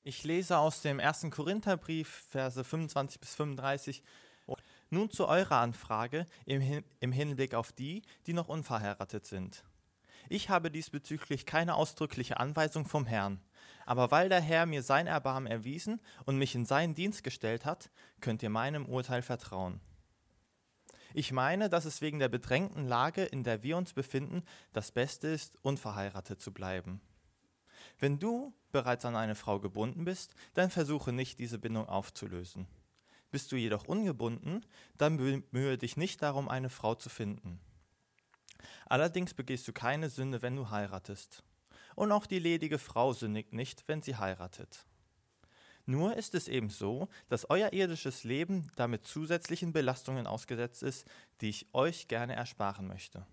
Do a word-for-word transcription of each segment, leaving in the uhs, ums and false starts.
Ich lese aus dem ersten Korintherbrief, Verse fünfundzwanzig bis fünfunddreißig. Nun zu eurer Anfrage im, Hin- im Hinblick auf die, die noch unverheiratet sind. Ich habe diesbezüglich keine ausdrückliche Anweisung vom Herrn, aber weil der Herr mir sein Erbarmen erwiesen und mich in seinen Dienst gestellt hat, könnt ihr meinem Urteil vertrauen. Ich meine, dass es wegen der bedrängten Lage, in der wir uns befinden, das Beste ist, unverheiratet zu bleiben. Wenn du bereits an eine Frau gebunden bist, dann versuche nicht, diese Bindung aufzulösen. Bist du jedoch ungebunden, dann bemühe dich nicht darum, eine Frau zu finden. Allerdings begehst du keine Sünde, wenn du heiratest. Und auch die ledige Frau sündigt nicht, wenn sie heiratet. Nur ist es eben so, dass euer irdisches Leben damit zusätzlichen Belastungen ausgesetzt ist, die ich euch gerne ersparen möchte.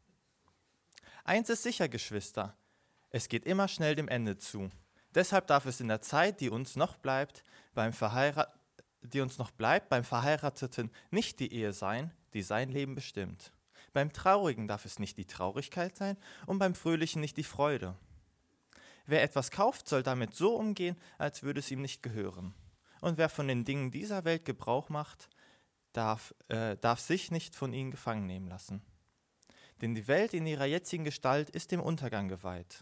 Eins ist sicher, Geschwister, es geht immer schnell dem Ende zu. Deshalb darf es in der Zeit, die uns noch bleibt, beim Verheira- die uns noch bleibt, beim Verheirateten nicht die Ehe sein, die sein Leben bestimmt. Beim Traurigen darf es nicht die Traurigkeit sein und beim Fröhlichen nicht die Freude. Wer etwas kauft, soll damit so umgehen, als würde es ihm nicht gehören. Und wer von den Dingen dieser Welt Gebrauch macht, darf, äh, darf sich nicht von ihnen gefangen nehmen lassen. Denn die Welt in ihrer jetzigen Gestalt ist dem Untergang geweiht.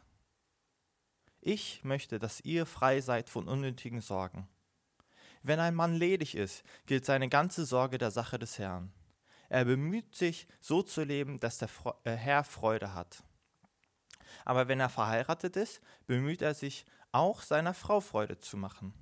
Ich möchte, dass ihr frei seid von unnötigen Sorgen. Wenn ein Mann ledig ist, gilt seine ganze Sorge der Sache des Herrn. Er bemüht sich, so zu leben, dass der Fre- äh, Herr Freude hat. Aber wenn er verheiratet ist, bemüht er sich, auch seiner Frau Freude zu machen.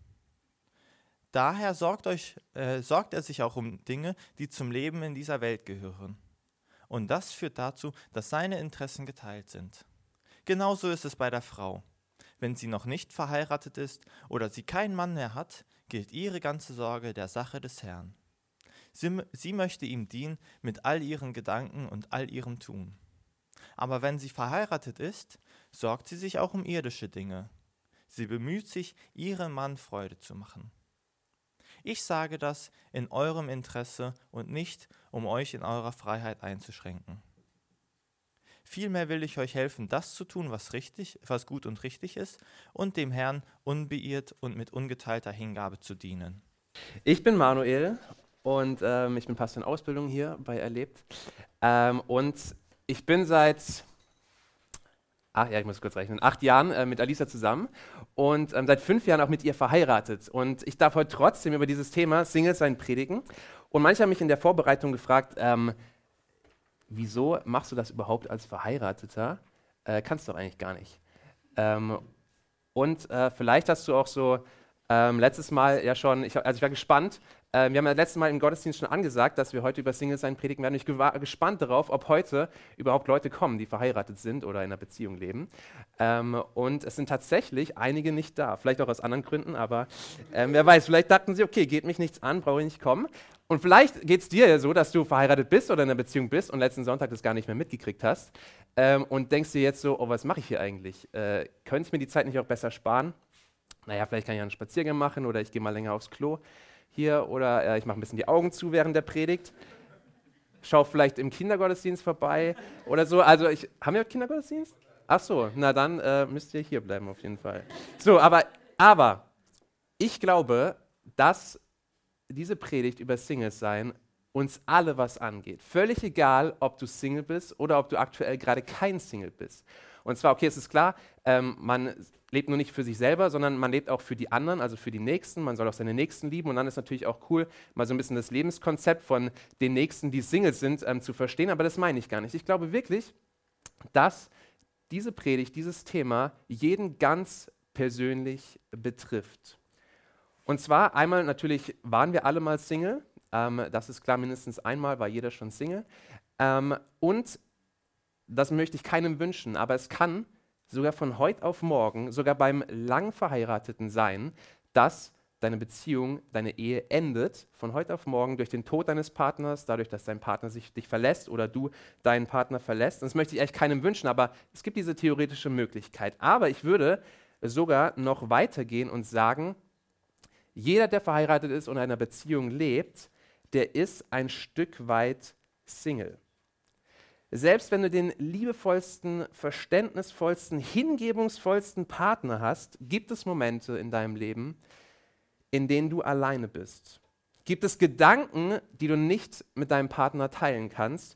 Daher sorgt, euch, äh, sorgt er sich auch um Dinge, die zum Leben in dieser Welt gehören. Und das führt dazu, dass seine Interessen geteilt sind. Genauso ist es bei der Frau. Wenn sie noch nicht verheiratet ist oder sie keinen Mann mehr hat, gilt ihre ganze Sorge der Sache des Herrn. Sie, sie möchte ihm dienen mit all ihren Gedanken und all ihrem Tun. Aber wenn sie verheiratet ist, sorgt sie sich auch um irdische Dinge. Sie bemüht sich, ihrem Mann Freude zu machen. Ich sage das in eurem Interesse und nicht, um euch in eurer Freiheit einzuschränken. Vielmehr will ich euch helfen, das zu tun, was richtig, was gut und richtig ist, und dem Herrn unbeirrt und mit ungeteilter Hingabe zu dienen. Ich bin Manuel und ähm, ich bin Pastor in Ausbildung hier bei Erlebt. Ähm, und ich bin seit, ach ja, ich muss kurz rechnen, acht Jahren äh, mit Alisa zusammen und ähm, seit fünf Jahren auch mit ihr verheiratet. Und ich darf heute trotzdem über dieses Thema Single sein predigen. Und manche haben mich in der Vorbereitung gefragt, ähm, wieso machst du das überhaupt als Verheirateter? Äh, kannst du doch eigentlich gar nicht. Ähm, und äh, vielleicht hast du auch so ähm, letztes Mal ja schon, ich, also ich war gespannt, äh, wir haben ja letztes Mal im Gottesdienst schon angesagt, dass wir heute über Single-Sein predigen werden. Ich war gespannt darauf, ob heute überhaupt Leute kommen, die verheiratet sind oder in einer Beziehung leben. Ähm, und es sind tatsächlich einige nicht da, vielleicht auch aus anderen Gründen, aber ähm, wer weiß, vielleicht dachten sie, okay, geht mich nichts an, brauche ich nicht kommen. Und vielleicht geht es dir ja so, dass du verheiratet bist oder in einer Beziehung bist und letzten Sonntag das gar nicht mehr mitgekriegt hast ähm, und denkst dir jetzt so, oh, was mache ich hier eigentlich? Äh, könnte ich mir die Zeit nicht auch besser sparen? Naja, vielleicht kann ich einen Spaziergang machen oder ich gehe mal länger aufs Klo hier oder äh, ich mache ein bisschen die Augen zu während der Predigt. Schau vielleicht im Kindergottesdienst vorbei oder so. Also, ich, haben wir heute Kindergottesdienst? Ach so, na dann äh, müsst ihr hier bleiben auf jeden Fall. So, aber, aber ich glaube, dass diese Predigt über Singles-Sein uns alle was angeht. Völlig egal, ob du Single bist oder ob du aktuell gerade kein Single bist. Und zwar, okay, es ist klar, ähm, man lebt nur nicht für sich selber, sondern man lebt auch für die anderen, also für die Nächsten. Man soll auch seine Nächsten lieben. Und dann ist natürlich auch cool, mal so ein bisschen das Lebenskonzept von den Nächsten, die Single sind, ähm, zu verstehen. Aber das meine ich gar nicht. Ich glaube wirklich, dass diese Predigt, dieses Thema jeden ganz persönlich betrifft. Und zwar einmal natürlich waren wir alle mal Single. Ähm, das ist klar, mindestens einmal war jeder schon Single. Ähm, und das möchte ich keinem wünschen, aber es kann sogar von heute auf morgen, sogar beim lang Verheirateten sein, dass deine Beziehung, deine Ehe endet, von heute auf morgen durch den Tod deines Partners, dadurch, dass dein Partner sich dich verlässt oder du deinen Partner verlässt. Und das möchte ich echt keinem wünschen, aber es gibt diese theoretische Möglichkeit. Aber ich würde sogar noch weitergehen und sagen, jeder, der verheiratet ist und in einer Beziehung lebt, der ist ein Stück weit Single. Selbst wenn du den liebevollsten, verständnisvollsten, hingebungsvollsten Partner hast, gibt es Momente in deinem Leben, in denen du alleine bist. Gibt es Gedanken, die du nicht mit deinem Partner teilen kannst?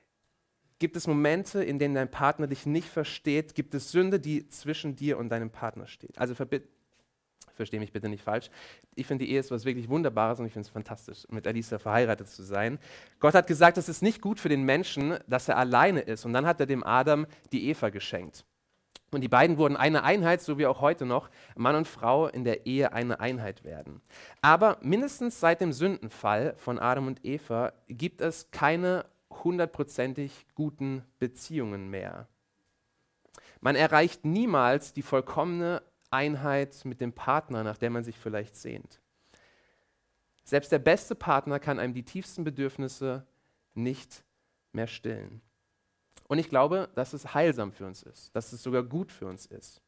Gibt es Momente, in denen dein Partner dich nicht versteht? Gibt es Sünde, die zwischen dir und deinem Partner steht? Also verbi- verstehe mich bitte nicht falsch. Ich finde, die Ehe ist was wirklich Wunderbares und ich finde es fantastisch, mit Alisa verheiratet zu sein. Gott hat gesagt, es ist nicht gut für den Menschen, dass er alleine ist. Und dann hat er dem Adam die Eva geschenkt. Und die beiden wurden eine Einheit, so wie auch heute noch Mann und Frau in der Ehe eine Einheit werden. Aber mindestens seit dem Sündenfall von Adam und Eva gibt es keine hundertprozentig guten Beziehungen mehr. Man erreicht niemals die vollkommene Einheit mit dem Partner, nach der man sich vielleicht sehnt. Selbst der beste Partner kann einem die tiefsten Bedürfnisse nicht mehr stillen. Und ich glaube, dass es heilsam für uns ist, dass es sogar gut für uns ist.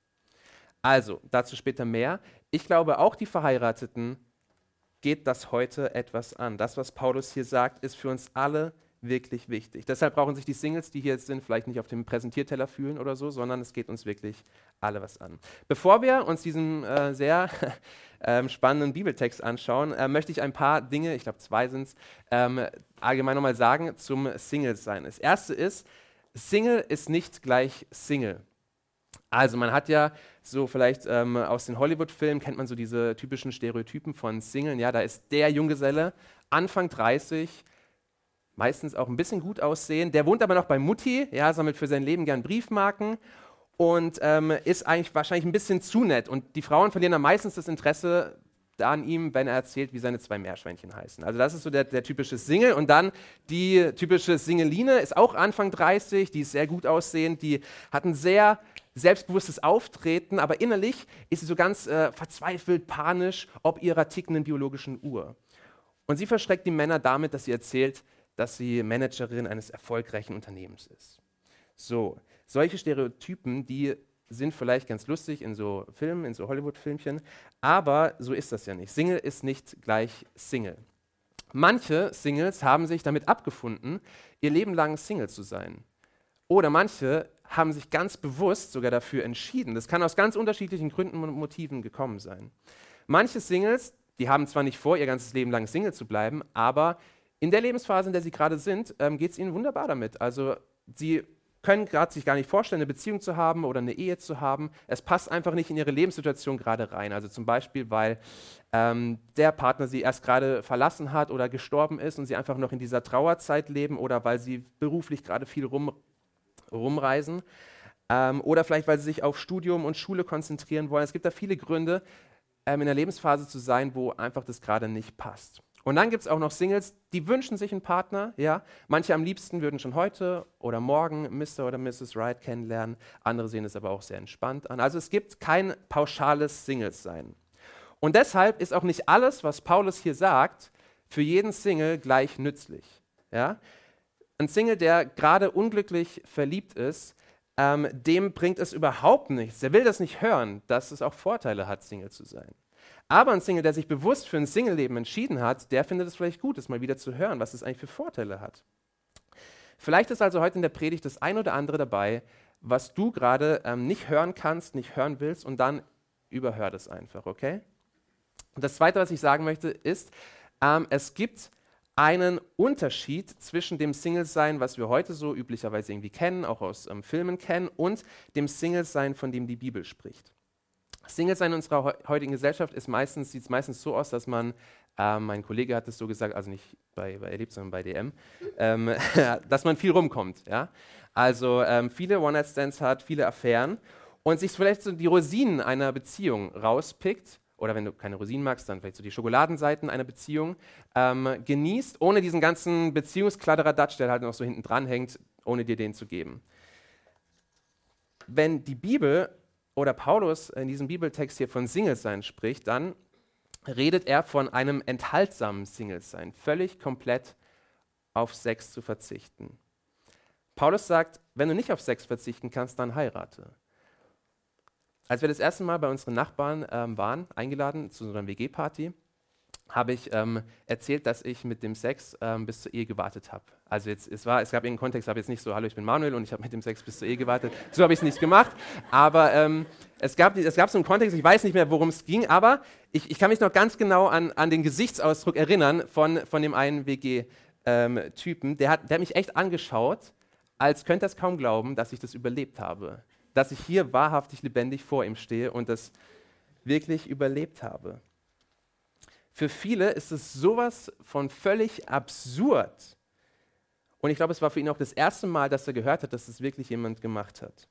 Also, dazu später mehr. Ich glaube, auch die Verheirateten geht das heute etwas an. Das, was Paulus hier sagt, ist für uns alle wirklich wichtig. Deshalb brauchen sich die Singles, die hier jetzt sind, vielleicht nicht auf dem Präsentierteller fühlen oder so, sondern es geht uns wirklich alle was an. Bevor wir uns diesen äh, sehr ähm, spannenden Bibeltext anschauen, äh, möchte ich ein paar Dinge, ich glaube zwei sind es, ähm, allgemein nochmal sagen zum Single-Sein. Das erste ist, Single ist nicht gleich Single. Also man hat ja so vielleicht ähm, aus den Hollywood-Filmen kennt man so diese typischen Stereotypen von Singlen. Ja, da ist der Junggeselle, Anfang dreißig, meistens auch ein bisschen gut aussehen. Der wohnt aber noch bei Mutti, ja, sammelt für sein Leben gern Briefmarken und ähm, ist eigentlich wahrscheinlich ein bisschen zu nett. Und die Frauen verlieren dann meistens das Interesse an ihm, wenn er erzählt, wie seine zwei Meerschweinchen heißen. Also das ist so der, der typische Single. Und dann die typische Singeline ist auch Anfang dreißig, die ist sehr gut aussehend, die hat ein sehr selbstbewusstes Auftreten, aber innerlich ist sie so ganz äh, verzweifelt, panisch, ob ihrer tickenden biologischen Uhr. Und sie verschreckt die Männer damit, dass sie erzählt, dass sie Managerin eines erfolgreichen Unternehmens ist. So, solche Stereotypen, die sind vielleicht ganz lustig in so Filmen, in so Hollywood-Filmchen, aber so ist das ja nicht. Single ist nicht gleich Single. Manche Singles haben sich damit abgefunden, ihr Leben lang Single zu sein. Oder manche haben sich ganz bewusst sogar dafür entschieden. Das kann aus ganz unterschiedlichen Gründen und Motiven gekommen sein. Manche Singles, die haben zwar nicht vor, ihr ganzes Leben lang Single zu bleiben, aber in der Lebensphase, in der sie gerade sind, ähm, geht es ihnen wunderbar damit. Also sie können gerade sich gar nicht vorstellen, eine Beziehung zu haben oder eine Ehe zu haben. Es passt einfach nicht in ihre Lebenssituation gerade rein. Also zum Beispiel, weil ähm, der Partner sie erst gerade verlassen hat oder gestorben ist und sie einfach noch in dieser Trauerzeit leben oder weil sie beruflich gerade viel rum, rumreisen ähm, oder vielleicht, weil sie sich auf Studium und Schule konzentrieren wollen. Es gibt da viele Gründe, ähm, in der Lebensphase zu sein, wo einfach das gerade nicht passt. Und dann gibt es auch noch Singles, die wünschen sich einen Partner. Ja? Manche am liebsten würden schon heute oder morgen Mister oder Misses Right kennenlernen. Andere sehen es aber auch sehr entspannt an. Also es gibt kein pauschales Singles-Sein. Und deshalb ist auch nicht alles, was Paulus hier sagt, für jeden Single gleich nützlich. Ja? Ein Single, der gerade unglücklich verliebt ist, ähm, dem bringt es überhaupt nichts. Der will das nicht hören, dass es auch Vorteile hat, Single zu sein. Aber ein Single, der sich bewusst für ein Single-Leben entschieden hat, der findet es vielleicht gut, es mal wieder zu hören, was es eigentlich für Vorteile hat. Vielleicht ist also heute in der Predigt das ein oder andere dabei, was du gerade ähm, nicht hören kannst, nicht hören willst und dann überhör das einfach, okay? Und das Zweite, was ich sagen möchte, ist, ähm, es gibt einen Unterschied zwischen dem Single-Sein, was wir heute so üblicherweise irgendwie kennen, auch aus ähm, Filmen kennen, und dem Single-Sein, von dem die Bibel spricht. Single-Sein in unserer heutigen Gesellschaft ist meistens, sieht es meistens so aus, dass man, äh, mein Kollege hat es so gesagt, also nicht bei, bei Erlebt, sondern bei D M, ähm, dass man viel rumkommt. Ja? Also ähm, viele One-Night-Stands hat, viele Affären und sich vielleicht so die Rosinen einer Beziehung rauspickt, oder wenn du keine Rosinen magst, dann vielleicht so die Schokoladenseiten einer Beziehung, ähm, genießt, ohne diesen ganzen Beziehungskladderadatsch, der halt noch so hinten dran hängt, ohne dir den zu geben. Wenn die Bibel oder Paulus in diesem Bibeltext hier von Single-Sein spricht, dann redet er von einem enthaltsamen Single-Sein, völlig komplett auf Sex zu verzichten. Paulus sagt, wenn du nicht auf Sex verzichten kannst, dann heirate. Als wir das erste Mal bei unseren Nachbarn ähm, waren, eingeladen zu so einer W G-Party, habe ich ähm, erzählt, dass ich mit dem Sex ähm, bis zur Ehe gewartet habe. Also jetzt, es, war, es gab irgendeinen Kontext, ich habe jetzt nicht so, hallo, ich bin Manuel und ich habe mit dem Sex bis zur Ehe gewartet. So habe ich es nicht gemacht, aber ähm, es, gab, es gab so einen Kontext, ich weiß nicht mehr, worum es ging, aber ich, ich kann mich noch ganz genau an, an den Gesichtsausdruck erinnern von, von dem einen W G-Typen. Ähm, der, hat, der hat mich echt angeschaut, als könnte er es kaum glauben, dass ich das überlebt habe. Dass ich hier wahrhaftig lebendig vor ihm stehe und das wirklich überlebt habe. Für viele ist es sowas von völlig absurd. Und ich glaube, es war für ihn auch das erste Mal, dass er gehört hat, dass es wirklich jemand gemacht hat.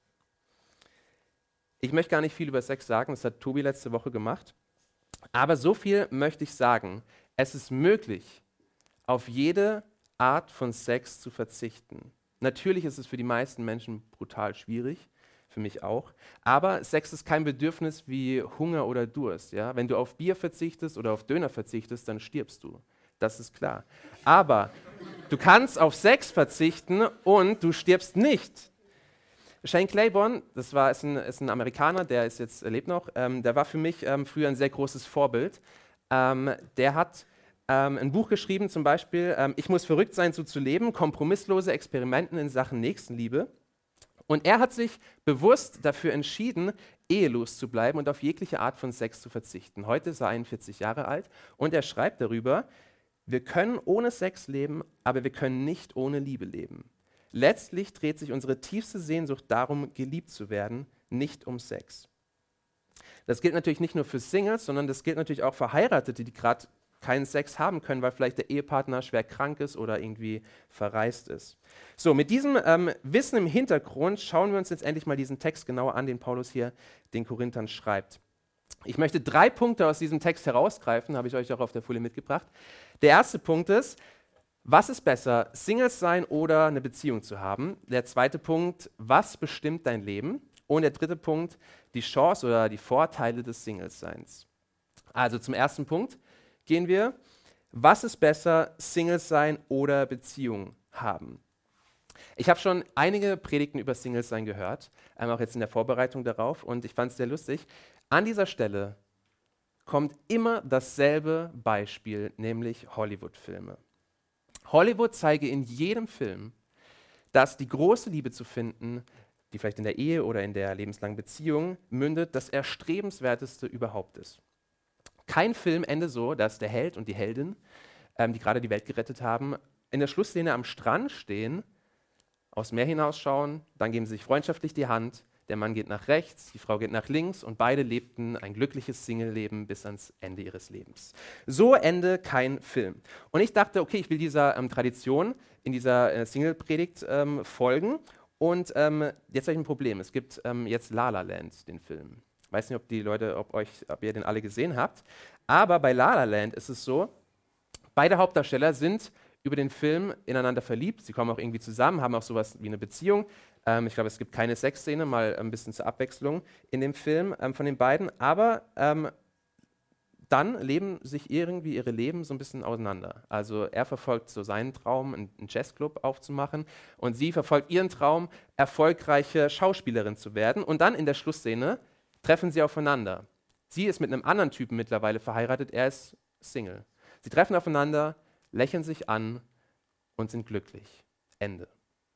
Ich möchte gar nicht viel über Sex sagen, das hat Tobi letzte Woche gemacht. Aber so viel möchte ich sagen. Es ist möglich, auf jede Art von Sex zu verzichten. Natürlich ist es für die meisten Menschen brutal schwierig. Für mich auch. Aber Sex ist kein Bedürfnis wie Hunger oder Durst. Ja? Wenn du auf Bier verzichtest oder auf Döner verzichtest, dann stirbst du. Das ist klar. Aber du kannst auf Sex verzichten und du stirbst nicht. Shane Claiborne, das war, ist, ein, ist ein Amerikaner, der ist jetzt, lebt noch, ähm, der war für mich ähm, früher ein sehr großes Vorbild. Ähm, der hat ähm, ein Buch geschrieben, zum Beispiel, ähm, Ich muss verrückt sein, so zu leben, kompromisslose Experimenten in Sachen Nächstenliebe. Und er hat sich bewusst dafür entschieden, ehelos zu bleiben und auf jegliche Art von Sex zu verzichten. Heute ist er einundvierzig Jahre alt und er schreibt darüber, wir können ohne Sex leben, aber wir können nicht ohne Liebe leben. Letztlich dreht sich unsere tiefste Sehnsucht darum, geliebt zu werden, nicht um Sex. Das gilt natürlich nicht nur für Singles, sondern das gilt natürlich auch für Verheiratete, die gerade keinen Sex haben können, weil vielleicht der Ehepartner schwer krank ist oder irgendwie verreist ist. So, mit diesem ähm, Wissen im Hintergrund schauen wir uns jetzt endlich mal diesen Text genauer an, den Paulus hier den Korinthern schreibt. Ich möchte drei Punkte aus diesem Text herausgreifen, habe ich euch auch auf der Folie mitgebracht. Der erste Punkt ist, was ist besser, Singles sein oder eine Beziehung zu haben? Der zweite Punkt, was bestimmt dein Leben? Und der dritte Punkt, die Chance oder die Vorteile des Singles-Seins. Also zum ersten Punkt gehen wir, was ist besser, Singles sein oder Beziehung haben? Ich habe schon einige Predigten über Singles sein gehört, ähm, auch jetzt in der Vorbereitung darauf, und ich fand es sehr lustig. An dieser Stelle kommt immer dasselbe Beispiel, nämlich Hollywood-Filme. Hollywood zeige in jedem Film, dass die große Liebe zu finden, die vielleicht in der Ehe oder in der lebenslangen Beziehung mündet, das Erstrebenswerteste überhaupt ist. Kein Film endet so, dass der Held und die Heldin, ähm, die gerade die Welt gerettet haben, in der Schlussszene am Strand stehen, aufs Meer hinausschauen, dann geben sie sich freundschaftlich die Hand, der Mann geht nach rechts, die Frau geht nach links und beide lebten ein glückliches Single-Leben bis ans Ende ihres Lebens. So endet kein Film. Und ich dachte, okay, ich will dieser ähm, Tradition in dieser äh, Single-Predigt ähm, folgen und ähm, jetzt habe ich ein Problem. Es gibt ähm, jetzt La La Land, den Film. Ich weiß nicht, ob die Leute, ob, euch, ob ihr den alle gesehen habt, aber bei La La Land ist es so, beide Hauptdarsteller sind über den Film ineinander verliebt, sie kommen auch irgendwie zusammen, haben auch sowas wie eine Beziehung. Ähm, ich glaube, es gibt keine Sexszene, mal ein bisschen zur Abwechslung in dem Film ähm, von den beiden, aber ähm, dann leben sich irgendwie ihre Leben so ein bisschen auseinander. Also er verfolgt so seinen Traum, einen Jazzclub aufzumachen und sie verfolgt ihren Traum, erfolgreiche Schauspielerin zu werden und dann in der Schlussszene treffen sie aufeinander. Sie ist mit einem anderen Typen mittlerweile verheiratet, er ist Single. Sie treffen aufeinander, lächeln sich an und sind glücklich. Ende.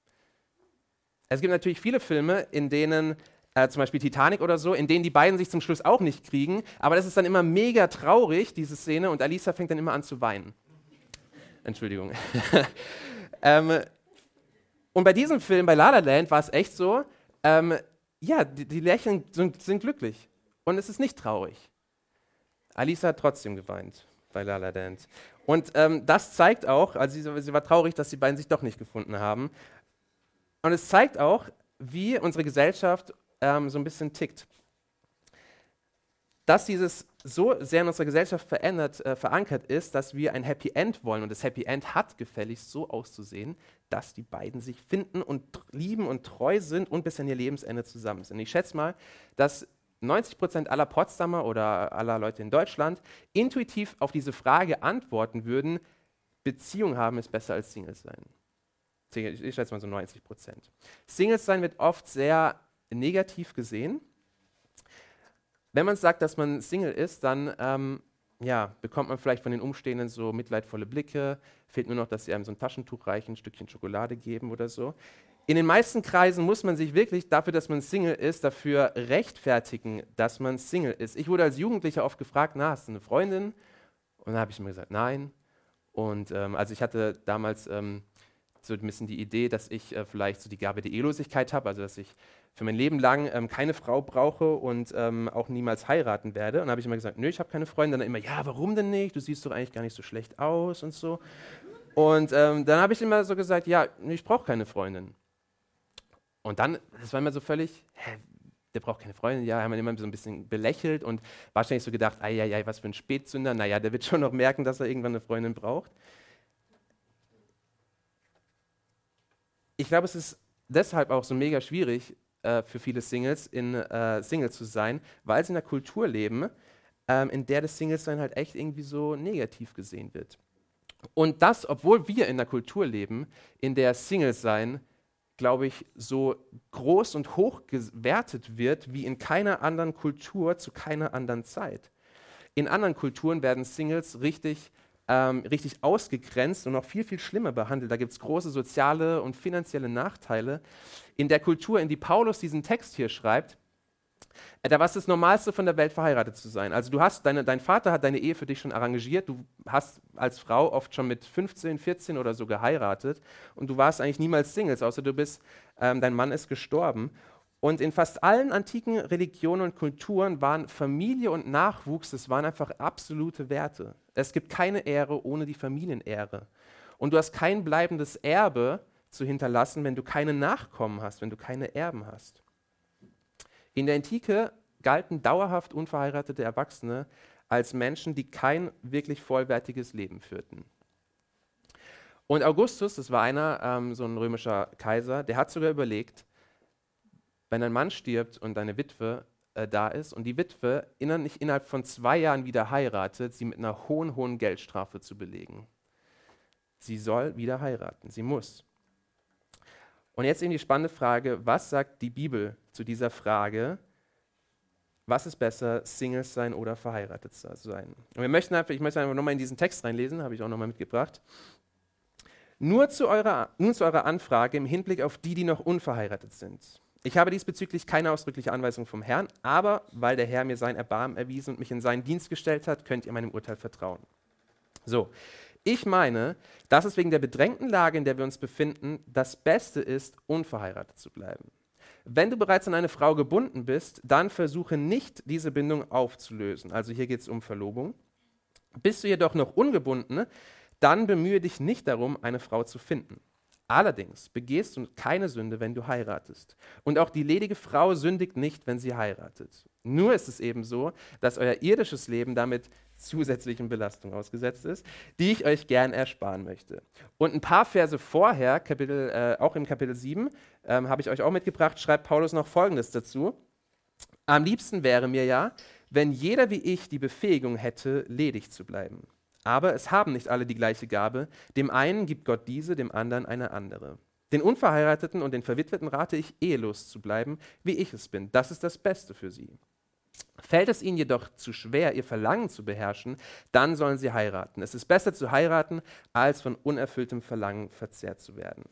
Es gibt natürlich viele Filme, in denen, äh, zum Beispiel Titanic oder so, in denen die beiden sich zum Schluss auch nicht kriegen, aber das ist dann immer mega traurig, diese Szene, und Alisa fängt dann immer an zu weinen. Entschuldigung. ähm, und bei diesem Film, bei La La Land, war es echt so, ähm, ja, die, die lächeln, sind, sind glücklich. Und es ist nicht traurig. Alisa hat trotzdem geweint bei La La Land. Und ähm, das zeigt auch, also sie, sie war traurig, dass die beiden sich doch nicht gefunden haben. Und es zeigt auch, wie unsere Gesellschaft ähm, so ein bisschen tickt. Dass dieses so sehr in unserer Gesellschaft verändert, äh, verankert ist, dass wir ein Happy End wollen. Und das Happy End hat gefälligst so auszusehen, dass die beiden sich finden und lieben und treu sind und bis an ihr Lebensende zusammen sind. Ich schätze mal, dass neunzig Prozent aller Potsdamer oder aller Leute in Deutschland intuitiv auf diese Frage antworten würden, Beziehung haben ist besser als Single sein. Ich schätze mal so neunzig Prozent. Singles sein wird oft sehr negativ gesehen. Wenn man sagt, dass man Single ist, dann ähm, ja, bekommt man vielleicht von den Umstehenden so mitleidvolle Blicke, fehlt nur noch, dass sie einem so ein Taschentuch reichen, ein Stückchen Schokolade geben oder so. In den meisten Kreisen muss man sich wirklich dafür, dass man Single ist, dafür rechtfertigen, dass man Single ist. Ich wurde als Jugendlicher oft gefragt, na, hast du eine Freundin? Und dann habe ich mir gesagt, nein. Und ähm, also ich hatte damals ähm, so ein bisschen die Idee, dass ich äh, vielleicht so die Gabe der Ehelosigkeit habe, also dass ich für mein Leben lang ähm, keine Frau brauche und ähm, auch niemals heiraten werde. Und dann habe ich immer gesagt, nö, ich habe keine Freundin. Dann immer, ja, warum denn nicht? Du siehst doch eigentlich gar nicht so schlecht aus und so. Und ähm, dann habe ich immer so gesagt, ja, ich brauche keine Freundin. Und dann, das war immer so völlig, hä, der braucht keine Freundin, ja, haben wir immer so ein bisschen belächelt und wahrscheinlich so gedacht, ei, ei, ei, was für ein Spätzünder, naja, der wird schon noch merken, dass er irgendwann eine Freundin braucht. Ich glaube, es ist deshalb auch so mega schwierig äh, für viele Singles, in äh, Single zu sein, weil sie in einer Kultur leben, ähm, in der das Single-Sein halt echt irgendwie so negativ gesehen wird. Und das, obwohl wir in einer Kultur leben, in der Single-Sein, glaube ich, so groß und hoch gewertet wird wie in keiner anderen Kultur zu keiner anderen Zeit. In anderen Kulturen werden Singles richtig, ähm, richtig ausgegrenzt und noch viel, viel schlimmer behandelt. Da gibt es große soziale und finanzielle Nachteile. In der Kultur, in die Paulus diesen Text hier schreibt, äh, da war es das Normalste von der Welt, verheiratet zu sein. Also du hast, deine, dein Vater hat deine Ehe für dich schon arrangiert, du hast als Frau oft schon mit fünfzehn, vierzehn oder so geheiratet und du warst eigentlich niemals Singles, außer du bist, ähm, dein Mann ist gestorben. Und in fast allen antiken Religionen und Kulturen waren Familie und Nachwuchs, das waren einfach absolute Werte. Es gibt keine Ehre ohne die Familienehre. Und du hast kein bleibendes Erbe zu hinterlassen, wenn du keine Nachkommen hast, wenn du keine Erben hast. In der Antike galten dauerhaft unverheiratete Erwachsene als Menschen, die kein wirklich vollwertiges Leben führten. Und Augustus, das war einer, ähm, so ein römischer Kaiser, der hat sogar überlegt, wenn ein Mann stirbt und eine Witwe äh, da ist und die Witwe inner, nicht innerhalb von zwei Jahren wieder heiratet, sie mit einer hohen, hohen Geldstrafe zu belegen. Sie soll wieder heiraten, sie muss. Und jetzt eben die spannende Frage, was sagt die Bibel zu dieser Frage, was ist besser, Single sein oder verheiratet sein? Und wir möchten einfach, ich möchte einfach nochmal in diesen Text reinlesen, habe ich auch nochmal mitgebracht. Nur zu eurer, nun zu eurer Anfrage im Hinblick auf die, die noch unverheiratet sind. Ich habe diesbezüglich keine ausdrückliche Anweisung vom Herrn, aber weil der Herr mir sein Erbarmen erwiesen und mich in seinen Dienst gestellt hat, könnt ihr meinem Urteil vertrauen. So, ich meine, dass es wegen der bedrängten Lage, in der wir uns befinden, das Beste ist, unverheiratet zu bleiben. Wenn du bereits an eine Frau gebunden bist, dann versuche nicht, diese Bindung aufzulösen. Also hier geht es um Verlobung. Bist du jedoch noch ungebunden, dann bemühe dich nicht darum, eine Frau zu finden. Allerdings begehst du keine Sünde, wenn du heiratest. Und auch die ledige Frau sündigt nicht, wenn sie heiratet. Nur ist es eben so, dass euer irdisches Leben damit zusätzlichen Belastungen ausgesetzt ist, die ich euch gern ersparen möchte. Und ein paar Verse vorher, Kapitel, äh, auch im Kapitel sieben, ähm, habe ich euch auch mitgebracht, schreibt Paulus noch Folgendes dazu. Am liebsten wäre mir ja, wenn jeder wie ich die Befähigung hätte, ledig zu bleiben. Aber es haben nicht alle die gleiche Gabe. Dem einen gibt Gott diese, dem anderen eine andere. Den Unverheirateten und den Verwitweten rate ich, ehelos zu bleiben, wie ich es bin. Das ist das Beste für sie. Fällt es ihnen jedoch zu schwer, ihr Verlangen zu beherrschen, dann sollen sie heiraten. Es ist besser zu heiraten, als von unerfülltem Verlangen verzehrt zu werden.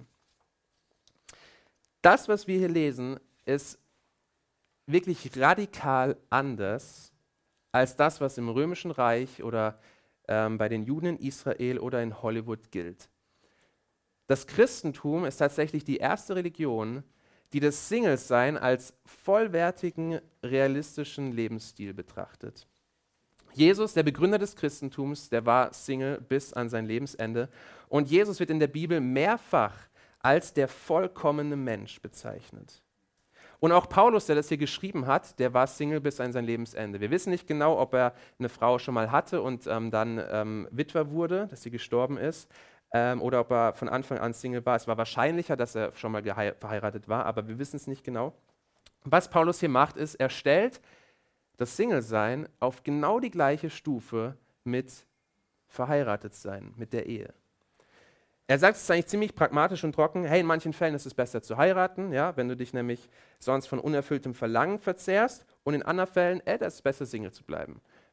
Das, was wir hier lesen, ist wirklich radikal anders als das, was im Römischen Reich oder ähm, bei den Juden in Israel oder in Hollywood gilt. Das Christentum ist tatsächlich die erste Religion, die das Single-Sein als vollwertigen, realistischen Lebensstil betrachtet. Jesus, der Begründer des Christentums, der war Single bis an sein Lebensende. Und Jesus wird in der Bibel mehrfach als der vollkommene Mensch bezeichnet. Und auch Paulus, der das hier geschrieben hat, der war Single bis an sein Lebensende. Wir wissen nicht genau, ob er eine Frau schon mal hatte und ähm, dann ähm, Witwer wurde, dass sie gestorben ist, ähm, oder ob er von Anfang an Single war. Es war wahrscheinlicher, dass er schon mal gehei- verheiratet war, aber wir wissen es nicht genau. Was Paulus hier macht, ist, er stellt das Single-Sein auf genau die gleiche Stufe mit Verheiratetsein, mit der Ehe. Er sagt es eigentlich ziemlich pragmatisch und trocken, hey, in manchen Fällen ist es besser zu heiraten, ja, wenn du dich nämlich sonst von unerfülltem Verlangen verzehrst, und in anderen Fällen, ey, das ist besser, Single zu bleiben.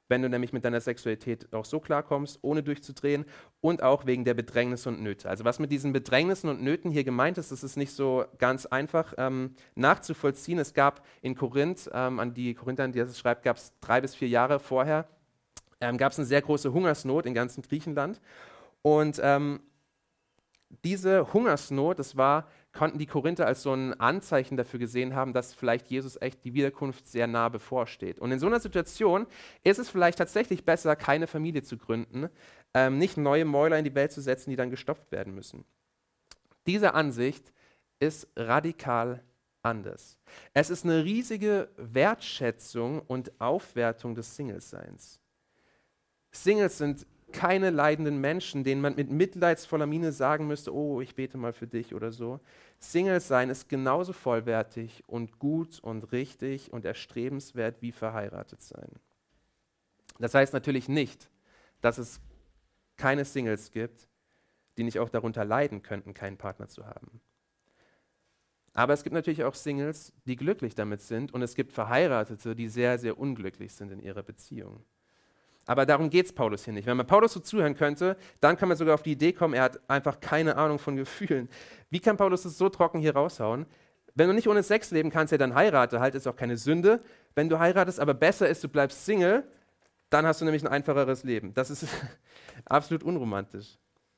wenn du nämlich mit deiner Sexualität auch so klarkommst, ohne durchzudrehen und auch wegen der Bedrängnisse und Nöte. Also was mit diesen Bedrängnissen und Nöten hier gemeint ist, das ist nicht so ganz einfach ähm, nachzuvollziehen. Es gab in Korinth, ähm, an die Korinther, an die das schreibt, gab es drei bis vier Jahre vorher, ähm, gab es eine sehr große Hungersnot in ganzen Griechenland. Und ähm, diese Hungersnot, das war, konnten die Korinther als so ein Anzeichen dafür gesehen haben, dass vielleicht Jesus echt die Wiederkunft sehr nah bevorsteht. Und in so einer Situation ist es vielleicht tatsächlich besser, keine Familie zu gründen, ähm, nicht neue Mäuler in die Welt zu setzen, die dann gestopft werden müssen. Diese Ansicht ist radikal anders. Es ist eine riesige Wertschätzung und Aufwertung des Singles-Seins. Singles sind keine leidenden Menschen, denen man mit mitleidsvoller Miene sagen müsste, oh, ich bete mal für dich oder so. Single sein ist genauso vollwertig und gut und richtig und erstrebenswert wie verheiratet sein. Das heißt natürlich nicht, dass es keine Singles gibt, die nicht auch darunter leiden könnten, keinen Partner zu haben. Aber es gibt natürlich auch Singles, die glücklich damit sind, und es gibt Verheiratete, die sehr, sehr unglücklich sind in ihrer Beziehung. Aber darum geht es Paulus hier nicht. Wenn man Paulus so zuhören könnte, dann kann man sogar auf die Idee kommen, er hat einfach keine Ahnung von Gefühlen. Wie kann Paulus das so trocken hier raushauen? Wenn du nicht ohne Sex leben kannst, ja, dann heirate halt, ist auch keine Sünde. Wenn du heiratest, aber besser ist, du bleibst Single, dann hast du nämlich ein einfacheres Leben. Das ist absolut unromantisch.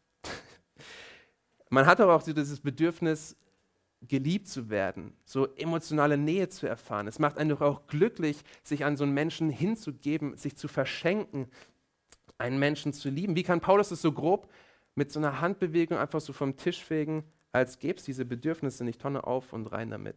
Man hat aber auch so dieses Bedürfnis, geliebt zu werden, so emotionale Nähe zu erfahren. Es macht einen doch auch glücklich, sich an so einen Menschen hinzugeben, sich zu verschenken, einen Menschen zu lieben. Wie kann Paulus das so grob mit so einer Handbewegung einfach so vom Tisch fegen, als gäbe es diese Bedürfnisse nicht, Tonne auf und rein damit?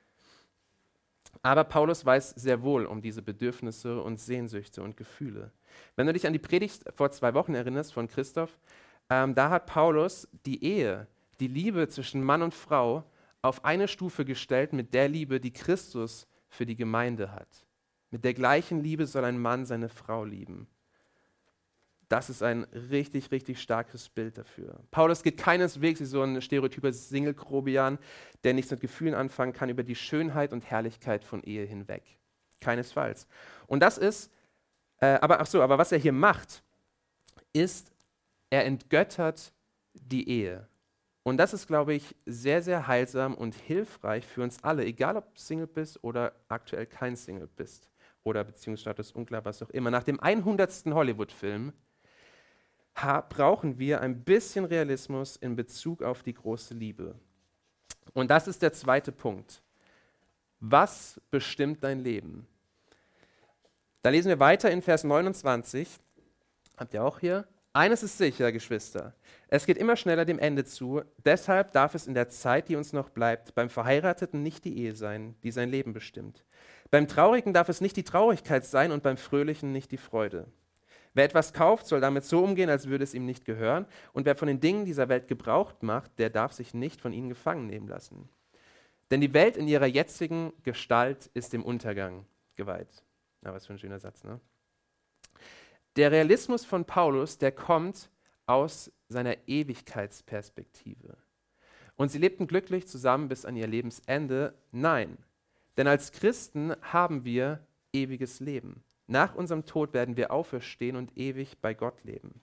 Aber Paulus weiß sehr wohl um diese Bedürfnisse und Sehnsüchte und Gefühle. Wenn du dich an die Predigt vor zwei Wochen erinnerst von Christoph, ähm, da hat Paulus die Ehe, die Liebe zwischen Mann und Frau auf eine Stufe gestellt mit der Liebe, die Christus für die Gemeinde hat. Mit der gleichen Liebe soll ein Mann seine Frau lieben. Das ist ein richtig, richtig starkes Bild dafür. Paulus geht keineswegs wie so ein stereotyper Single-Grobian, der nichts mit Gefühlen anfangen kann, über die Schönheit und Herrlichkeit von Ehe hinweg. Keinesfalls. Und das ist, äh, aber ach so, aber was er hier macht, ist, er entgöttert die Ehe. Und das ist, glaube ich, sehr, sehr heilsam und hilfreich für uns alle, egal ob du Single bist oder aktuell kein Single bist oder Beziehungsstatus unklar, was auch immer. Nach dem hundertsten Hollywood-Film ha- brauchen wir ein bisschen Realismus in Bezug auf die große Liebe. Und das ist der zweite Punkt. Was bestimmt dein Leben? Da lesen wir weiter in Vers neunundzwanzig. Habt ihr auch hier? Eines ist sicher, Geschwister, es geht immer schneller dem Ende zu, deshalb darf es in der Zeit, die uns noch bleibt, beim Verheirateten nicht die Ehe sein, die sein Leben bestimmt. Beim Traurigen darf es nicht die Traurigkeit sein und beim Fröhlichen nicht die Freude. Wer etwas kauft, soll damit so umgehen, als würde es ihm nicht gehören, und wer von den Dingen dieser Welt Gebrauch macht, der darf sich nicht von ihnen gefangen nehmen lassen. Denn die Welt in ihrer jetzigen Gestalt ist dem Untergang geweiht. Na, was für ein schöner Satz, ne? Der Realismus von Paulus, der kommt aus seiner Ewigkeitsperspektive. Und sie lebten glücklich zusammen bis an ihr Lebensende? Nein, denn als Christen haben wir ewiges Leben. Nach unserem Tod werden wir auferstehen und ewig bei Gott leben.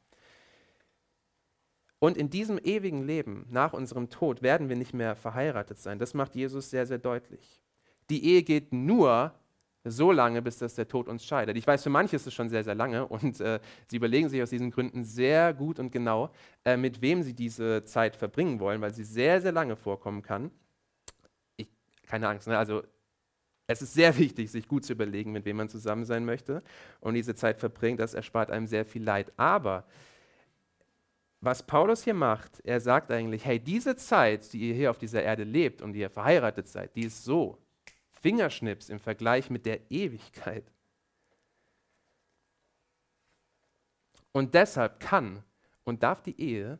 Und in diesem ewigen Leben, nach unserem Tod, werden wir nicht mehr verheiratet sein. Das macht Jesus sehr, sehr deutlich. Die Ehe geht nur so lange, bis das der Tod uns scheidet. Ich weiß, für manche ist es schon sehr, sehr lange, und äh, sie überlegen sich aus diesen Gründen sehr gut und genau, äh, mit wem sie diese Zeit verbringen wollen, weil sie sehr, sehr lange vorkommen kann. Ich, keine Angst, ne? Also es ist sehr wichtig, sich gut zu überlegen, mit wem man zusammen sein möchte und diese Zeit verbringt. Das erspart einem sehr viel Leid. Aber was Paulus hier macht, er sagt eigentlich, hey, diese Zeit, die ihr hier auf dieser Erde lebt und die ihr verheiratet seid, die ist so Fingerschnips im Vergleich mit der Ewigkeit. Und deshalb kann und darf die Ehe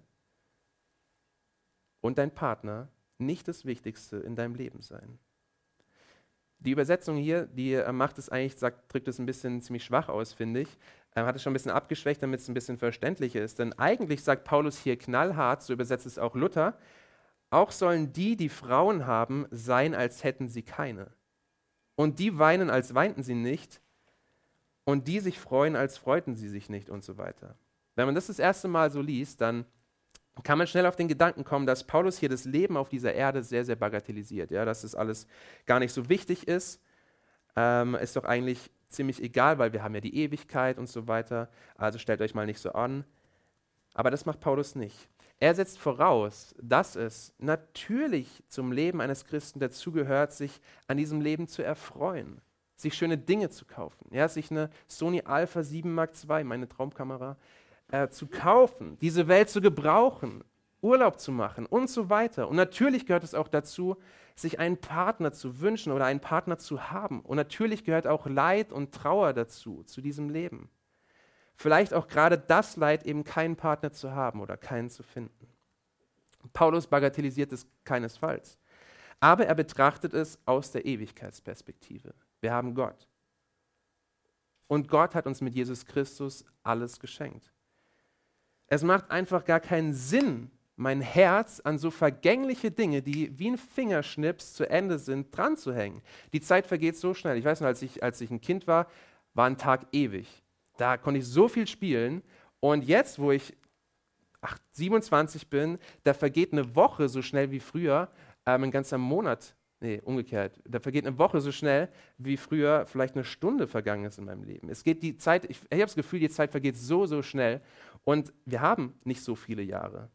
und dein Partner nicht das Wichtigste in deinem Leben sein. Die Übersetzung hier, die äh, macht es eigentlich, sagt, drückt es ein bisschen ziemlich schwach aus, finde ich. Er hat es schon ein bisschen abgeschwächt, damit es ein bisschen verständlicher ist. Denn eigentlich sagt Paulus hier knallhart, so übersetzt es auch Luther, auch sollen die, die Frauen haben, sein, als hätten sie keine. Und die weinen, als weinten sie nicht. und die sich freuen, als freuten sie sich nicht und so weiter. Wenn man das das erste Mal so liest, dann kann man schnell auf den Gedanken kommen, dass Paulus hier das Leben auf dieser Erde sehr, sehr bagatellisiert, ja, dass das alles gar nicht so wichtig ist, ähm, ist doch eigentlich ziemlich egal, weil wir haben ja die Ewigkeit und so weiter, also stellt euch mal nicht so an. Aber das macht Paulus nicht. Er setzt voraus, dass es natürlich zum Leben eines Christen dazugehört, sich an diesem Leben zu erfreuen, sich schöne Dinge zu kaufen, ja, sich eine Sony Alpha sieben Mark zwei, meine Traumkamera, äh, zu kaufen, diese Welt zu gebrauchen, Urlaub zu machen und so weiter. Und natürlich gehört es auch dazu, sich einen Partner zu wünschen oder einen Partner zu haben. Und natürlich gehört auch Leid und Trauer dazu, zu diesem Leben. Vielleicht auch gerade das Leid, eben keinen Partner zu haben oder keinen zu finden. Paulus bagatellisiert es keinesfalls. Aber er betrachtet es aus der Ewigkeitsperspektive. Wir haben Gott. Und Gott hat uns mit Jesus Christus alles geschenkt. Es macht einfach gar keinen Sinn, mein Herz an so vergängliche Dinge, die wie ein Fingerschnips zu Ende sind, dran zu hängen. Die Zeit vergeht so schnell. Ich weiß noch, als ich, als ich ein Kind war, war ein Tag ewig. Da konnte ich so viel spielen. Und jetzt, wo ich ach, siebenundzwanzig bin, da vergeht eine Woche so schnell wie früher, ähm, ein ganzer Monat, nee, umgekehrt, da vergeht eine Woche so schnell, wie früher vielleicht eine Stunde vergangen ist in meinem Leben. Es geht die Zeit, ich, ich habe das Gefühl, die Zeit vergeht so, so schnell und wir haben nicht so viele Jahre.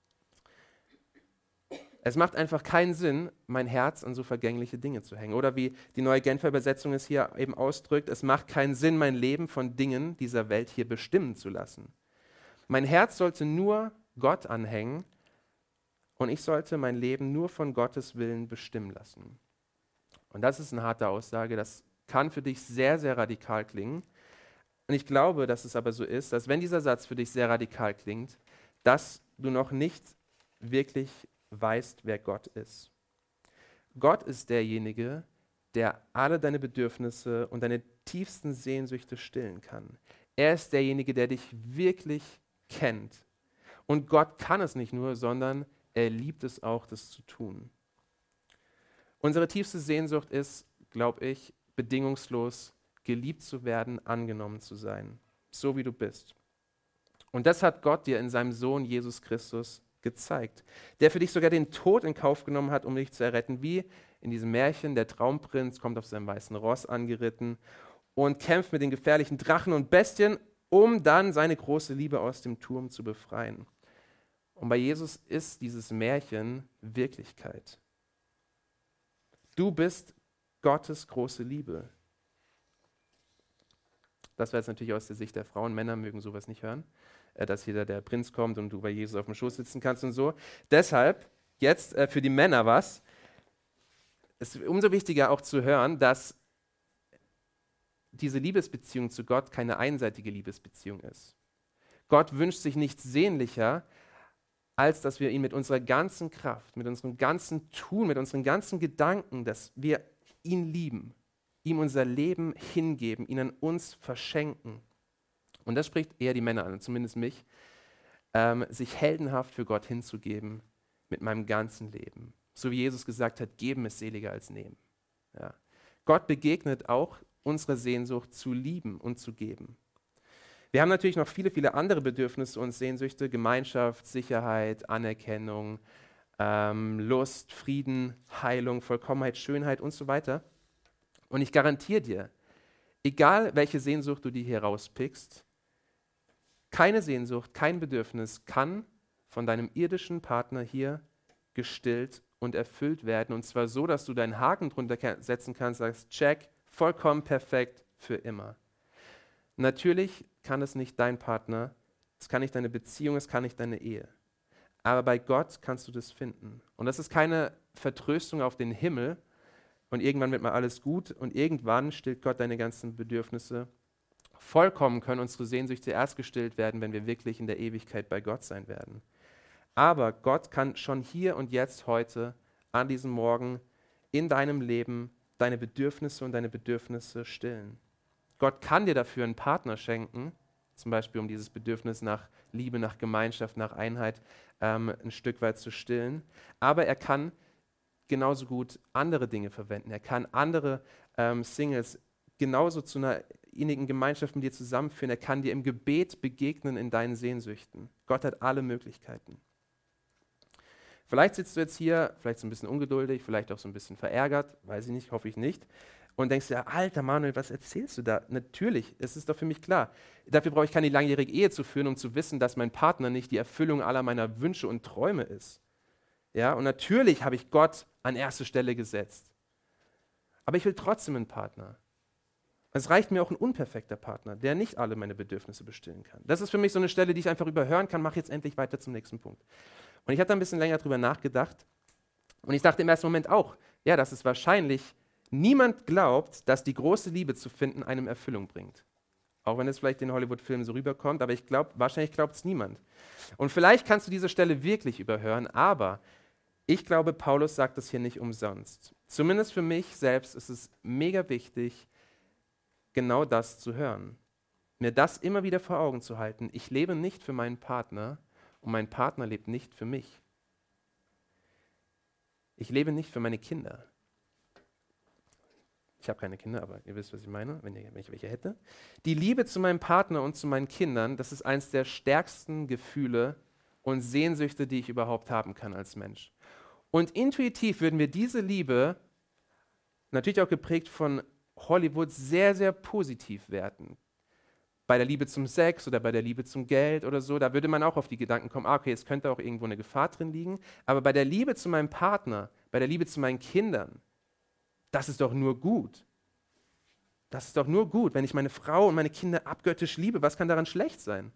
Es macht einfach keinen Sinn, mein Herz an so vergängliche Dinge zu hängen. Oder wie die neue Genfer Übersetzung es hier eben ausdrückt, es macht keinen Sinn, mein Leben von Dingen dieser Welt hier bestimmen zu lassen. Mein Herz sollte nur Gott anhängen und ich sollte mein Leben nur von Gottes Willen bestimmen lassen. Und das ist eine harte Aussage, das kann für dich sehr, sehr radikal klingen. Und ich glaube, dass es aber so ist, dass wenn dieser Satz für dich sehr radikal klingt, dass du noch nicht wirklich weißt, wer Gott ist. Gott ist derjenige, der alle deine Bedürfnisse und deine tiefsten Sehnsüchte stillen kann. Er ist derjenige, der dich wirklich kennt. Und Gott kann es nicht nur, sondern er liebt es auch, das zu tun. Unsere tiefste Sehnsucht ist, glaube ich, bedingungslos geliebt zu werden, angenommen zu sein, so wie du bist. Und das hat Gott dir in seinem Sohn Jesus Christus gezeigt, der für dich sogar den Tod in Kauf genommen hat, um dich zu erretten, wie in diesem Märchen, der Traumprinz kommt auf seinem weißen Ross angeritten und kämpft mit den gefährlichen Drachen und Bestien, um dann seine große Liebe aus dem Turm zu befreien. Und bei Jesus ist dieses Märchen Wirklichkeit. Du bist Gottes große Liebe. Das war jetzt natürlich aus der Sicht der Frauen. Männer mögen sowas nicht hören, dass hier der Prinz kommt und du bei Jesus auf dem Schoß sitzen kannst und so. Deshalb jetzt äh, für die Männer was. Es ist umso wichtiger auch zu hören, dass diese Liebesbeziehung zu Gott keine einseitige Liebesbeziehung ist. Gott wünscht sich nichts sehnlicher, als dass wir ihn mit unserer ganzen Kraft, mit unserem ganzen Tun, mit unseren ganzen Gedanken, dass wir ihn lieben, ihm unser Leben hingeben, ihn an uns verschenken. Und das spricht eher die Männer an, zumindest mich, ähm, sich heldenhaft für Gott hinzugeben mit meinem ganzen Leben. So wie Jesus gesagt hat, geben ist seliger als nehmen. Ja. Gott begegnet auch unserer Sehnsucht zu lieben und zu geben. Wir haben natürlich noch viele, viele andere Bedürfnisse und Sehnsüchte, Gemeinschaft, Sicherheit, Anerkennung, ähm, Lust, Frieden, Heilung, Vollkommenheit, Schönheit und so weiter. Und ich garantiere dir, egal welche Sehnsucht du dir hier rauspickst, keine Sehnsucht, kein Bedürfnis kann von deinem irdischen Partner hier gestillt und erfüllt werden. Und zwar so, dass du deinen Haken drunter setzen kannst, sagst, check, vollkommen perfekt für immer. Natürlich kann es nicht dein Partner, es kann nicht deine Beziehung, es kann nicht deine Ehe. Aber bei Gott kannst du das finden. Und das ist keine Vertröstung auf den Himmel und irgendwann wird mal alles gut und irgendwann stillt Gott deine ganzen Bedürfnisse. Vollkommen können unsere Sehnsüchte erst gestillt werden, wenn wir wirklich in der Ewigkeit bei Gott sein werden. Aber Gott kann schon hier und jetzt heute, an diesem Morgen, in deinem Leben deine Bedürfnisse und deine Bedürfnisse stillen. Gott kann dir dafür einen Partner schenken, zum Beispiel um dieses Bedürfnis nach Liebe, nach Gemeinschaft, nach Einheit ähm, ein Stück weit zu stillen. Aber er kann genauso gut andere Dinge verwenden. Er kann andere ähm, Singles genauso zu einer innig in Gemeinschaft mit dir zusammenführen. Er kann dir im Gebet begegnen in deinen Sehnsüchten. Gott hat alle Möglichkeiten. Vielleicht sitzt du jetzt hier, vielleicht so ein bisschen ungeduldig, vielleicht auch so ein bisschen verärgert, weiß ich nicht, hoffe ich nicht, und denkst dir, alter Manuel, was erzählst du da? Natürlich, es ist doch für mich klar. Dafür brauche ich keine langjährige Ehe zu führen, um zu wissen, dass mein Partner nicht die Erfüllung aller meiner Wünsche und Träume ist. Ja, und natürlich habe ich Gott an erste Stelle gesetzt. Aber ich will trotzdem einen Partner. Es reicht mir auch ein unperfekter Partner, der nicht alle meine Bedürfnisse bestillen kann. Das ist für mich so eine Stelle, die ich einfach überhören kann. Mach jetzt endlich weiter zum nächsten Punkt. Und ich habe da ein bisschen länger drüber nachgedacht. Und ich dachte im ersten Moment auch, ja, dass es wahrscheinlich niemand glaubt, dass die große Liebe zu finden einem Erfüllung bringt. Auch wenn es vielleicht in Hollywood-Filmen so rüberkommt, aber ich glaube, wahrscheinlich glaubt es niemand. Und vielleicht kannst du diese Stelle wirklich überhören, aber ich glaube, Paulus sagt das hier nicht umsonst. Zumindest für mich selbst ist es mega wichtig, genau das zu hören. Mir das immer wieder vor Augen zu halten. Ich lebe nicht für meinen Partner und mein Partner lebt nicht für mich. Ich lebe nicht für meine Kinder. Ich habe keine Kinder, aber ihr wisst, was ich meine, wenn, ihr, wenn ich welche hätte. Die Liebe zu meinem Partner und zu meinen Kindern, das ist eines der stärksten Gefühle und Sehnsüchte, die ich überhaupt haben kann als Mensch. Und intuitiv würden wir diese Liebe, natürlich auch geprägt von Hollywood, sehr, sehr positiv werten. Bei der Liebe zum Sex oder bei der Liebe zum Geld oder so, da würde man auch auf die Gedanken kommen, ah, okay, es könnte auch irgendwo eine Gefahr drin liegen. Aber bei der Liebe zu meinem Partner, bei der Liebe zu meinen Kindern, das ist doch nur gut. Das ist doch nur gut, wenn ich meine Frau und meine Kinder abgöttisch liebe. Was kann daran schlecht sein?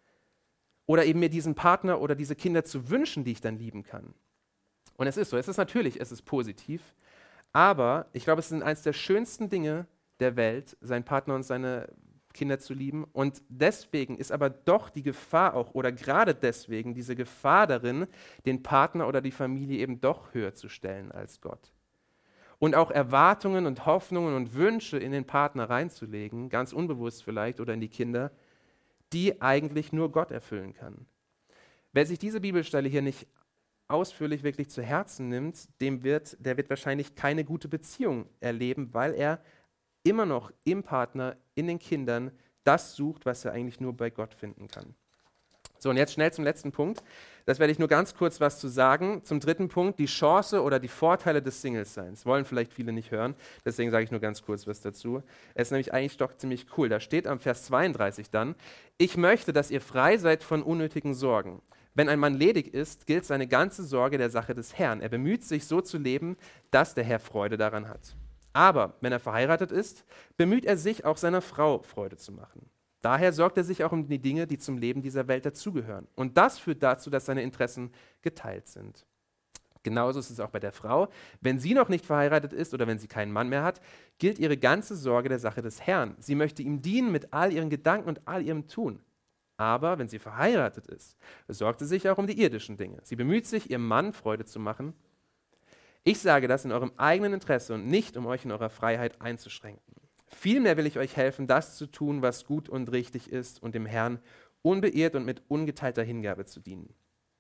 Oder eben mir diesen Partner oder diese Kinder zu wünschen, die ich dann lieben kann. Und es ist so, es ist natürlich, es ist positiv, aber ich glaube, es sind eines der schönsten Dinge der Welt, seinen Partner und seine Kinder zu lieben. Und deswegen ist aber doch die Gefahr auch, oder gerade deswegen diese Gefahr darin, den Partner oder die Familie eben doch höher zu stellen als Gott. Und auch Erwartungen und Hoffnungen und Wünsche in den Partner reinzulegen, ganz unbewusst vielleicht, oder in die Kinder, die eigentlich nur Gott erfüllen kann. Wer sich diese Bibelstelle hier nicht ausführlich wirklich zu Herzen nimmt, dem wird, der wird wahrscheinlich keine gute Beziehung erleben, weil er immer noch im Partner, in den Kindern, das sucht, was er eigentlich nur bei Gott finden kann. So, und jetzt schnell zum letzten Punkt. Das werde ich nur ganz kurz was zu sagen. Zum dritten Punkt, die Chance oder die Vorteile des Singles-Seins. Wollen vielleicht viele nicht hören, deswegen sage ich nur ganz kurz was dazu. Es ist nämlich eigentlich doch ziemlich cool. Da steht am Vers zweiunddreißig dann, ich möchte, dass ihr frei seid von unnötigen Sorgen. Wenn ein Mann ledig ist, gilt seine ganze Sorge der Sache des Herrn. Er bemüht sich, so zu leben, dass der Herr Freude daran hat. Aber wenn er verheiratet ist, bemüht er sich, auch seiner Frau Freude zu machen. Daher sorgt er sich auch um die Dinge, die zum Leben dieser Welt dazugehören. Und das führt dazu, dass seine Interessen geteilt sind. Genauso ist es auch bei der Frau. Wenn sie noch nicht verheiratet ist oder wenn sie keinen Mann mehr hat, gilt ihre ganze Sorge der Sache des Herrn. Sie möchte ihm dienen mit all ihren Gedanken und all ihrem Tun. Aber wenn sie verheiratet ist, sorgt sie sich auch um die irdischen Dinge. Sie bemüht sich, ihrem Mann Freude zu machen. Ich sage das in eurem eigenen Interesse und nicht, um euch in eurer Freiheit einzuschränken. Vielmehr will ich euch helfen, das zu tun, was gut und richtig ist und dem Herrn unbeirrt und mit ungeteilter Hingabe zu dienen.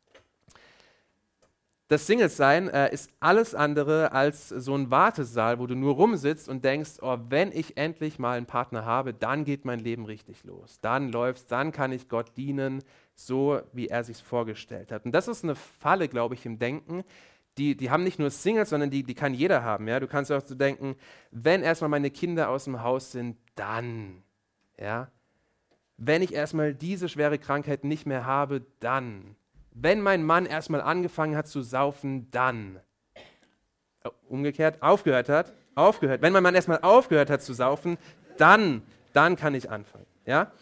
Das Single-Sein äh, ist alles andere als so ein Wartesaal, wo du nur rumsitzt und denkst, oh, wenn ich endlich mal einen Partner habe, dann geht mein Leben richtig los. Dann läuft's, dann kann ich Gott dienen, so wie er sich's vorgestellt hat. Und das ist eine Falle, glaube ich, im Denken. Die, die haben nicht nur Singles, sondern die, die kann jeder haben. Ja? Du kannst auch so denken, wenn erstmal meine Kinder aus dem Haus sind, dann. Ja? Wenn ich erstmal diese schwere Krankheit nicht mehr habe, dann. Wenn mein Mann erstmal angefangen hat zu saufen, dann. Umgekehrt, aufgehört hat, aufgehört. Wenn mein Mann erstmal aufgehört hat zu saufen, dann, dann kann ich anfangen. Ja?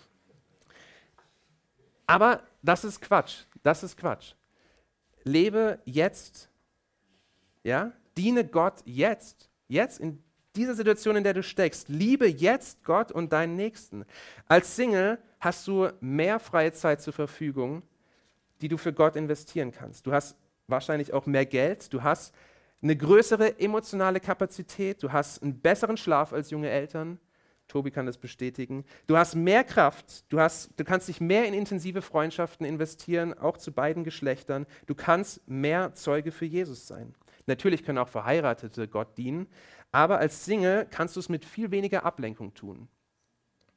Aber das ist Quatsch. Das ist Quatsch. Lebe jetzt, ja? Diene Gott jetzt. Jetzt in dieser Situation, in der du steckst. Liebe jetzt Gott und deinen Nächsten. Als Single hast du mehr freie Zeit zur Verfügung, die du für Gott investieren kannst. Du hast wahrscheinlich auch mehr Geld, du hast eine größere emotionale Kapazität, du hast einen besseren Schlaf als junge Eltern. Tobi kann das bestätigen. Du hast mehr Kraft, du, hast, du kannst dich mehr in intensive Freundschaften investieren, auch zu beiden Geschlechtern. Du kannst mehr Zeuge für Jesus sein. Natürlich können auch Verheiratete Gott dienen, aber als Single kannst du es mit viel weniger Ablenkung tun.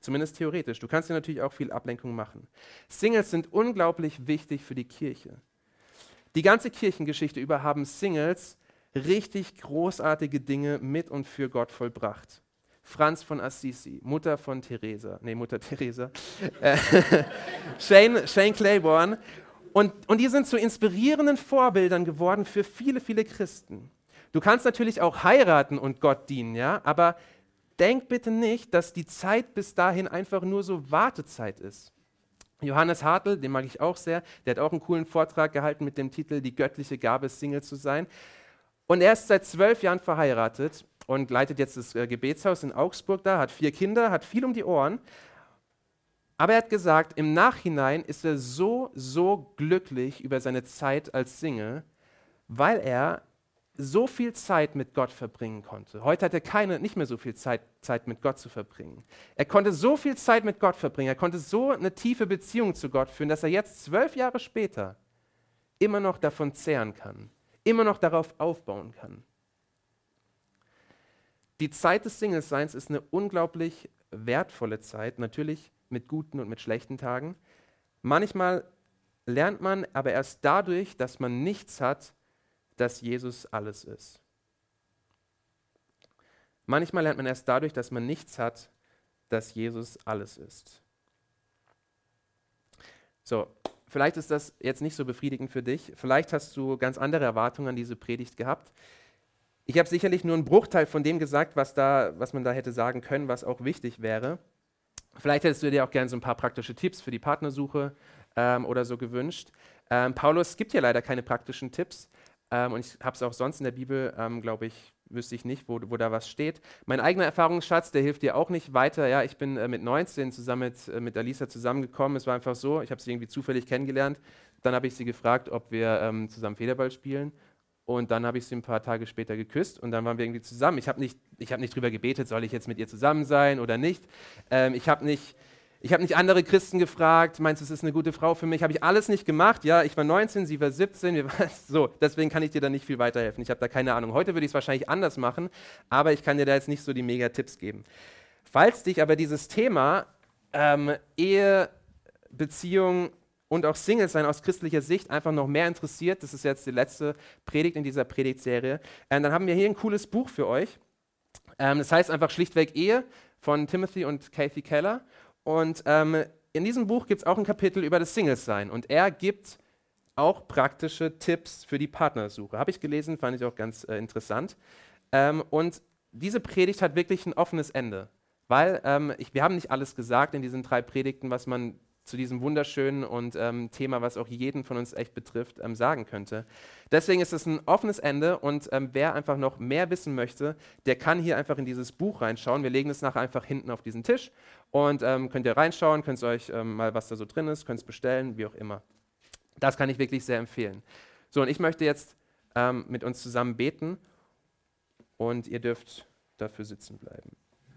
Zumindest theoretisch. Du kannst dir natürlich auch viel Ablenkung machen. Singles sind unglaublich wichtig für die Kirche. Die ganze Kirchengeschichte über haben Singles richtig großartige Dinge mit und für Gott vollbracht. Franz von Assisi, Mutter von Theresa, nee, Mutter Theresa, äh, Shane, Shane Claiborne. Und, und die sind zu inspirierenden Vorbildern geworden für viele, viele Christen. Du kannst natürlich auch heiraten und Gott dienen, ja, aber denk bitte nicht, dass die Zeit bis dahin einfach nur so Wartezeit ist. Johannes Hartl, den mag ich auch sehr, der hat auch einen coolen Vortrag gehalten mit dem Titel Die göttliche Gabe, Single zu sein. Und er ist seit zwölf Jahren verheiratet und leitet jetzt das äh, Gebetshaus in Augsburg da, hat vier Kinder, hat viel um die Ohren. Aber er hat gesagt, im Nachhinein ist er so, so glücklich über seine Zeit als Single, weil er so viel Zeit mit Gott verbringen konnte. Heute hat er keine, nicht mehr so viel Zeit, Zeit mit Gott zu verbringen. Er konnte so viel Zeit mit Gott verbringen, er konnte so eine tiefe Beziehung zu Gott führen, dass er jetzt zwölf Jahre später immer noch davon zehren kann, immer noch darauf aufbauen kann. Die Zeit des Singles-Seins ist eine unglaublich wertvolle Zeit, natürlich mit guten und mit schlechten Tagen. Manchmal lernt man aber erst dadurch, dass man nichts hat, dass Jesus alles ist. Manchmal lernt man erst dadurch, dass man nichts hat, dass Jesus alles ist. So, vielleicht ist das jetzt nicht so befriedigend für dich. Vielleicht hast du ganz andere Erwartungen an diese Predigt gehabt. Ich habe sicherlich nur einen Bruchteil von dem gesagt, was, da, was man da hätte sagen können, was auch wichtig wäre. Vielleicht hättest du dir auch gerne so ein paar praktische Tipps für die Partnersuche ähm, oder so gewünscht. Ähm, Paulus gibt hier leider keine praktischen Tipps. Ähm, und ich habe es auch sonst in der Bibel, ähm, glaube ich, wüsste ich nicht, wo, wo da was steht. Mein eigener Erfahrungsschatz, der hilft dir auch nicht weiter. Ja, ich bin äh, mit neunzehn zusammen mit, äh, mit Alisa zusammengekommen. Es war einfach so, ich habe sie irgendwie zufällig kennengelernt. Dann habe ich sie gefragt, ob wir ähm, zusammen Federball spielen. Und dann habe ich sie ein paar Tage später geküsst und dann waren wir irgendwie zusammen. Ich habe nicht, ich hab nicht drüber gebetet, soll ich jetzt mit ihr zusammen sein oder nicht. Ähm, ich habe nicht... Ich habe nicht andere Christen gefragt, meinst du, es ist eine gute Frau für mich? Habe ich alles nicht gemacht. Ja, ich war neunzehn, sie war siebzehn. Wir waren, so, deswegen kann ich dir da nicht viel weiterhelfen. Ich habe da keine Ahnung. Heute würde ich es wahrscheinlich anders machen, aber ich kann dir da jetzt nicht so die Mega-Tipps geben. Falls dich aber dieses Thema ähm, Ehe, Beziehung und auch Single-Sein aus christlicher Sicht einfach noch mehr interessiert, das ist jetzt die letzte Predigt in dieser Predigtserie, äh, dann haben wir hier ein cooles Buch für euch. Ähm, das heißt einfach schlichtweg Ehe von Timothy und Kathy Keller. Und ähm, in diesem Buch gibt es auch ein Kapitel über das Singles-Sein. Und er gibt auch praktische Tipps für die Partnersuche. Habe ich gelesen, fand ich auch ganz äh, interessant. Ähm, und diese Predigt hat wirklich ein offenes Ende. Weil ähm, ich, wir haben nicht alles gesagt in diesen drei Predigten, was man zu diesem wunderschönen und ähm, Thema, was auch jeden von uns echt betrifft, ähm, sagen könnte. Deswegen ist es ein offenes Ende und ähm, wer einfach noch mehr wissen möchte, der kann hier einfach in dieses Buch reinschauen. Wir legen es nachher einfach hinten auf diesen Tisch und ähm, könnt ihr reinschauen, könnt ihr euch ähm, mal, was da so drin ist, könnt es bestellen, wie auch immer. Das kann ich wirklich sehr empfehlen. So, und ich möchte jetzt ähm, mit uns zusammen beten und ihr dürft dafür sitzen bleiben.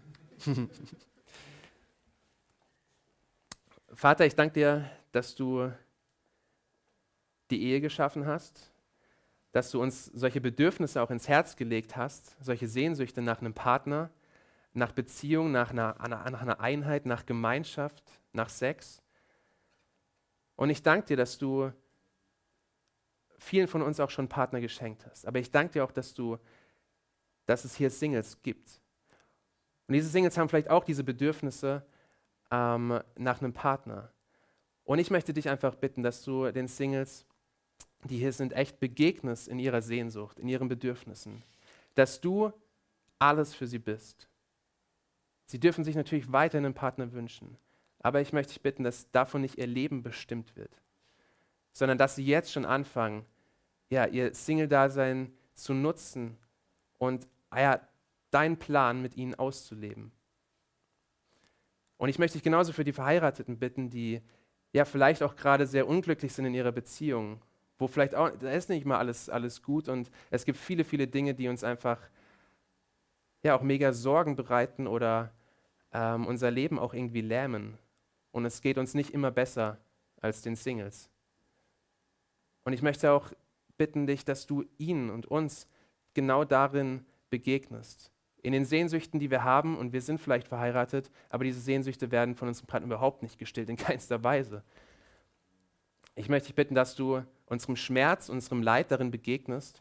Vater, ich danke dir, dass du die Ehe geschaffen hast, dass du uns solche Bedürfnisse auch ins Herz gelegt hast, solche Sehnsüchte nach einem Partner, nach Beziehung, nach einer, nach einer Einheit, nach Gemeinschaft, nach Sex. Und ich danke dir, dass du vielen von uns auch schon Partner geschenkt hast. Aber ich danke dir auch, dass du, dass es hier Singles gibt. Und diese Singles haben vielleicht auch diese Bedürfnisse ähm, nach einem Partner. Und ich möchte dich einfach bitten, dass du den Singles, die hier sind, echt begegnest in ihrer Sehnsucht, in ihren Bedürfnissen. Dass du alles für sie bist. Sie dürfen sich natürlich weiterhin einen Partner wünschen. Aber ich möchte dich bitten, dass davon nicht ihr Leben bestimmt wird, sondern dass sie jetzt schon anfangen, ja, ihr Single-Dasein zu nutzen und ja, deinen Plan mit ihnen auszuleben. Und ich möchte dich genauso für die Verheirateten bitten, die ja vielleicht auch gerade sehr unglücklich sind in ihrer Beziehung, wo vielleicht auch, da ist nicht mal alles, alles gut und es gibt viele, viele Dinge, die uns einfach ja auch mega Sorgen bereiten oder ähm, unser Leben auch irgendwie lähmen. Und es geht uns nicht immer besser als den Singles. Und ich möchte auch bitten dich, dass du ihnen und uns genau darin begegnest. in den Sehnsüchten, die wir haben, und wir sind vielleicht verheiratet, aber diese Sehnsüchte werden von unserem Partner überhaupt nicht gestillt, in keinster Weise. Ich möchte dich bitten, dass du unserem Schmerz, unserem Leid darin begegnest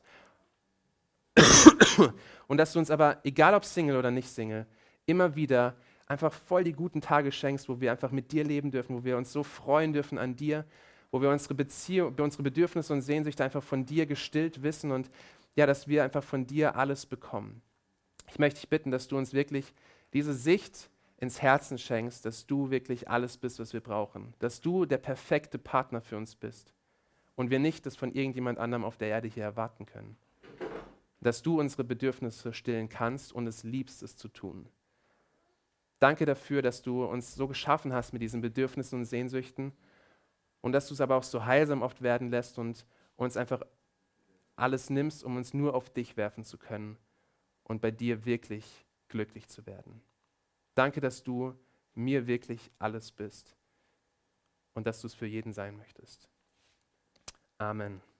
und dass du uns aber, egal ob Single oder nicht Single, immer wieder einfach voll die guten Tage schenkst, wo wir einfach mit dir leben dürfen, wo wir uns so freuen dürfen an dir, wo wir unsere Beziehung, unsere Bedürfnisse und Sehnsüchte einfach von dir gestillt wissen und ja, dass wir einfach von dir alles bekommen. Ich möchte dich bitten, dass du uns wirklich diese Sicht ins Herzen schenkst, dass du wirklich alles bist, was wir brauchen, dass du der perfekte Partner für uns bist und wir nicht das von irgendjemand anderem auf der Erde hier erwarten können. Dass du unsere Bedürfnisse stillen kannst und es liebst, es zu tun. Danke dafür, dass du uns so geschaffen hast mit diesen Bedürfnissen und Sehnsüchten und dass du es aber auch so heilsam oft werden lässt und uns einfach alles nimmst, um uns nur auf dich werfen zu können und bei dir wirklich glücklich zu werden. Danke, dass du mir wirklich alles bist und dass du es für jeden sein möchtest. Amen.